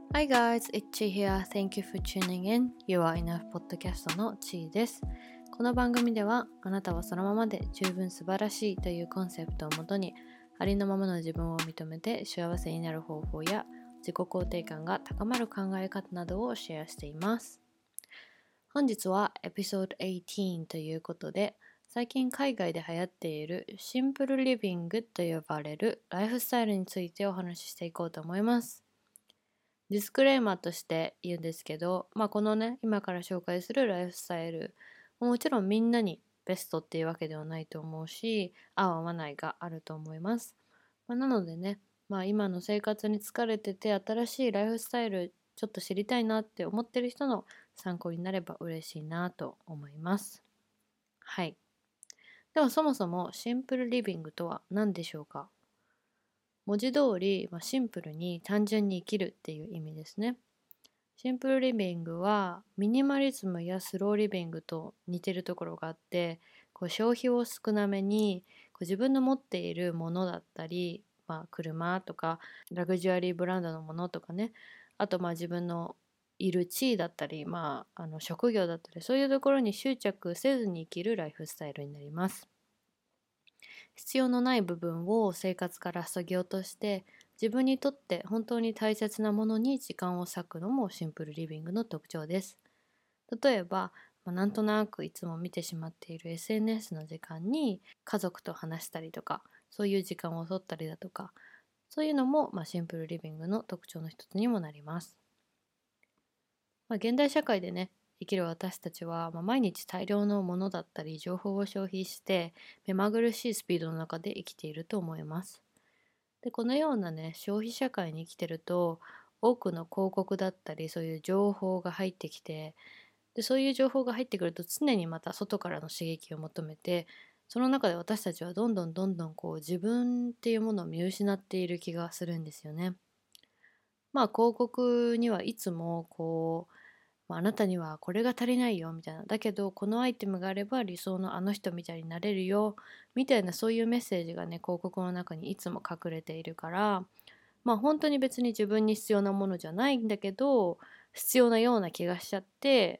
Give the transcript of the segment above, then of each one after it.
Hi guys, it's Chi here. Thank you for tuning in. You are enough podcast の Chi です。この番組ではあなたはそのままで十分素晴らしいというコンセプトをもとにありのままの自分を認めて幸せになる方法や自己肯定感が高まる考え方などをシェアしています。本日はエピソード18ということで最近海外で流行っているシンプルリビングと呼ばれるライフスタイルについてお話ししていこうと思います。ディスクレーマーとして言うんですけど、このね、今から紹介するライフスタイル、もちろんみんなにベストっていうわけではないと思うし、合う合わないがあると思います。なのでね、今の生活に疲れてて新しいライフスタイルちょっと知りたいなって思ってる人の参考になれば嬉しいなと思います。はい。ではそもそもシンプルリビングとは何でしょうか？文字通り、シンプルに単純に生きるっていう意味ですね。シンプルリビングはミニマリズムやスローリビングと似てるところがあって、消費を少なめに自分の持っているものだったり、車とかラグジュアリーブランドのものとかね、あと自分のいる地位だったり、職業だったり、そういうところに執着せずに生きるライフスタイルになります。必要のない部分を生活から削ぎ落として自分にとって本当に大切なものに時間を割くのもシンプルリビングの特徴です。例えば、なんとなくいつも見てしまっている SNS の時間に家族と話したりとか、そういう時間を取ったりだとか、そういうのも、シンプルリビングの特徴の一つにもなります。現代社会でね、生きる私たちは、毎日大量のものだったり情報を消費して目まぐるしいスピードの中で生きていると思います。で、このようなね、消費社会に生きてると多くの広告だったりそういう情報が入ってきて、でそういう情報が入ってくると常にまた外からの刺激を求めて、その中で私たちはどんどん自分っていうものを見失っている気がするんですよね。広告にはいつもあなたにはこれが足りないよみたいな。だけどこのアイテムがあれば理想のあの人みたいになれるよみたいな、そういうメッセージがね、広告の中にいつも隠れているから、本当に別に自分に必要なものじゃないんだけど必要なような気がしちゃって、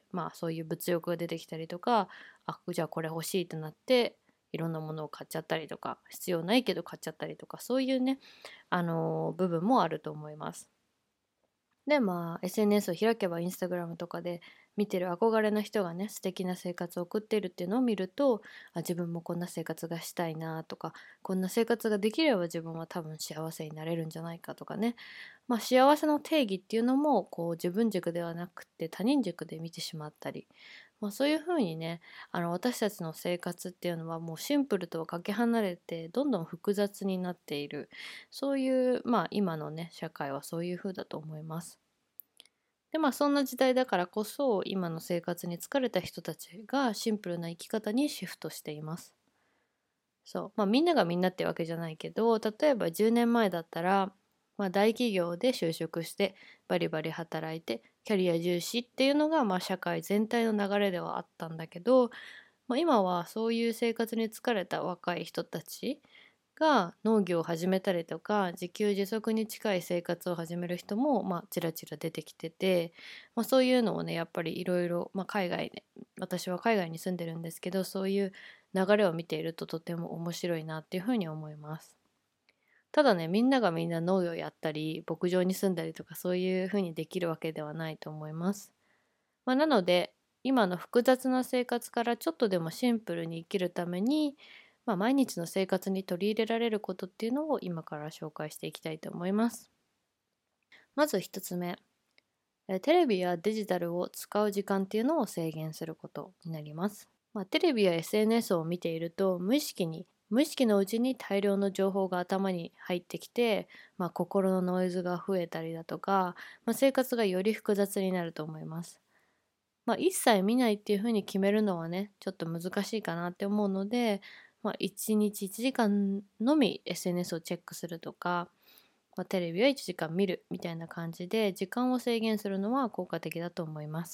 そういう物欲が出てきたりとか、じゃあこれ欲しいってなっていろんなものを買っちゃったりとか、必要ないけど買っちゃったりとか、そういうね、部分もあると思います。で、SNS を開けばインスタグラムとかで見てる憧れの人がね、素敵な生活を送ってるっていうのを見ると、自分もこんな生活がしたいなとか、こんな生活ができれば自分は多分幸せになれるんじゃないかとかね。幸せの定義っていうのも自分軸ではなくて他人軸で見てしまったり、そういうふうにね、私たちの生活っていうのはもうシンプルとはかけ離れてどんどん複雑になっている。そういう、今のね、社会はそういうふうだと思います。で、そんな時代だからこそ今の生活に疲れた人たちがシンプルな生き方にシフトしています。そう。みんながみんなってわけじゃないけど、例えば10年前だったら、大企業で就職してバリバリ働いてキャリア重視っていうのが社会全体の流れではあったんだけど、今はそういう生活に疲れた若い人たちが農業を始めたりとか自給自足に近い生活を始める人もちらちら出てきてて、そういうのをねやっぱりいろいろ海外で、私は海外に住んでるんですけど、そういう流れを見ているととても面白いなっていうふうに思います。ただね、みんながみんな農業やったり牧場に住んだりとかそういうふうにできるわけではないと思います。なので今の複雑な生活からちょっとでもシンプルに生きるために、毎日の生活に取り入れられることっていうのを今から紹介していきたいと思います。まず一つ目、テレビやデジタルを使う時間っていうのを制限することになります。テレビや SNS を見ていると無意識のうちに大量の情報が頭に入ってきて、心のノイズが増えたりだとか、生活がより複雑になると思います。一切見ないっていうふうに決めるのはね、ちょっと難しいかなって思うので、1日1時間のみ SNS をチェックするとか、テレビは1時間見るみたいな感じで時間を制限するのは効果的だと思います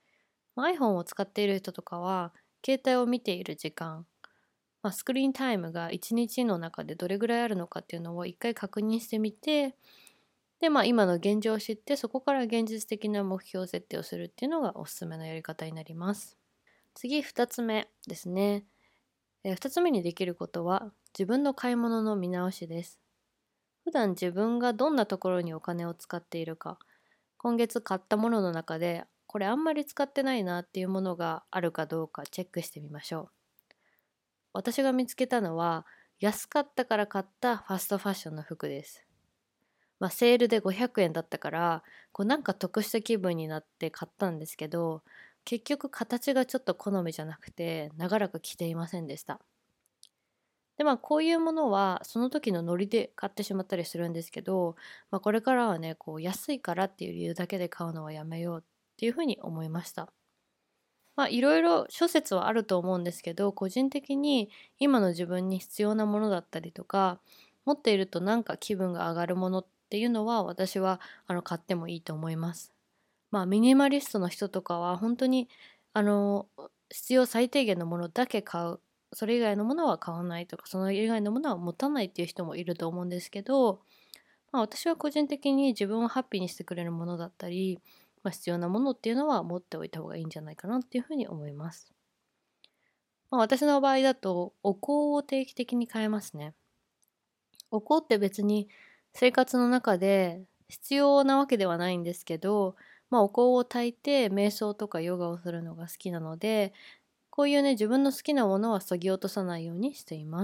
。iPhone を使っている人とかは、携帯を見ている時間、スクリーンタイムが1日の中でどれぐらいあるのかっていうのを一回確認してみて、 で、今の現状を知って、そこから現実的な目標設定をするっていうのがおすすめのやり方になります。次、2つ目ですね。2つ目にできることは、自分の買い物の見直しです。普段自分がどんなところにお金を使っているか、今月買ったものの中で、これあんまり使ってないなっていうものがあるかどうかチェックしてみましょう。私が見つけたのは、安かったから買ったファストファッションの服です。セールで500円だったから、なんか得した気分になって買ったんですけど、結局形がちょっと好みじゃなくて、長らく着ていませんでした。で、こういうものは、その時のノリで買ってしまったりするんですけど、これからはね、安いからっていう理由だけで買うのはやめようっていうふうに思いました。いろいろ諸説はあると思うんですけど、個人的に今の自分に必要なものだったりとか、持っているとなんか気分が上がるものっていうのは私は買ってもいいと思います。ミニマリストの人とかは本当にあの必要最低限のものだけ買う。それ以外のものは買わないとか、その以外のものは持たないっていう人もいると思うんですけど、私は個人的に自分をハッピーにしてくれるものだったり、必要なものっていうのは持っておいた方がいいんじゃないかなっていうふうに思います。私の場合だとお香を定期的に変えますね。お香って別に生活の中で必要なわけではないんですけど、お香を焚いて瞑想とかヨガをするのが好きなので、こういうね、自分の好きなものは削ぎ落とさないようにしています。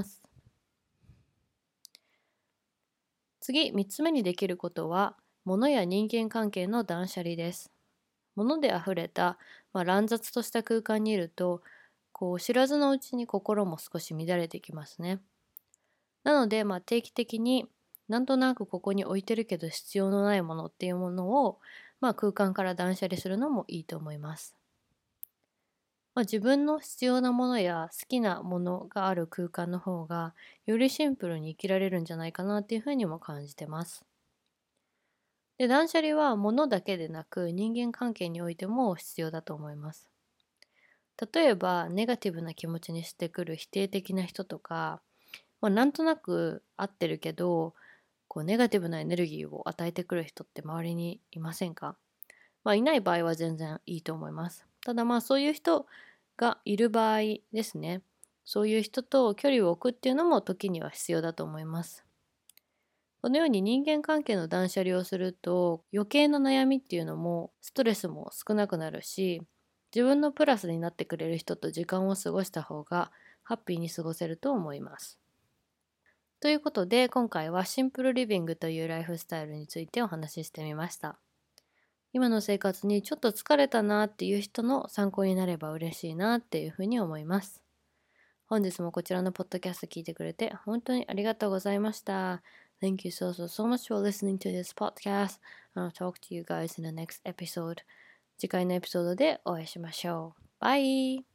次、3つ目にできることは、物や人間関係の断捨離です。物であふれた、乱雑とした空間にいると、知らずのうちに心も少し乱れてきますね。なので、定期的になんとなくここに置いてるけど必要のないものっていうものを、空間から断捨離するのもいいと思います。自分の必要なものや好きなものがある空間の方が、よりシンプルに生きられるんじゃないかなっていうふうにも感じてます。で、断捨離は物だけでなく人間関係においても必要だと思います。例えば、ネガティブな気持ちにしてくる否定的な人とか、なんとなく合ってるけど、ネガティブなエネルギーを与えてくる人って周りにいませんか？いない場合は全然いいと思います。ただそういう人がいる場合ですね。そういう人と距離を置くっていうのも時には必要だと思います。このように人間関係の断捨離をすると余計な悩みっていうのもストレスも少なくなるし、自分のプラスになってくれる人と時間を過ごした方がハッピーに過ごせると思います。ということで今回はシンプルリビングというライフスタイルについてお話ししてみました。今の生活にちょっと疲れたなっていう人の参考になれば嬉しいなっていうふうに思います。本日もこちらのポッドキャスト聞いてくれて本当にありがとうございました。Thank you so much for listening to this podcast. I'll talk to you guys in the next episode. 次回のエピソードでお会いしましょう。バイ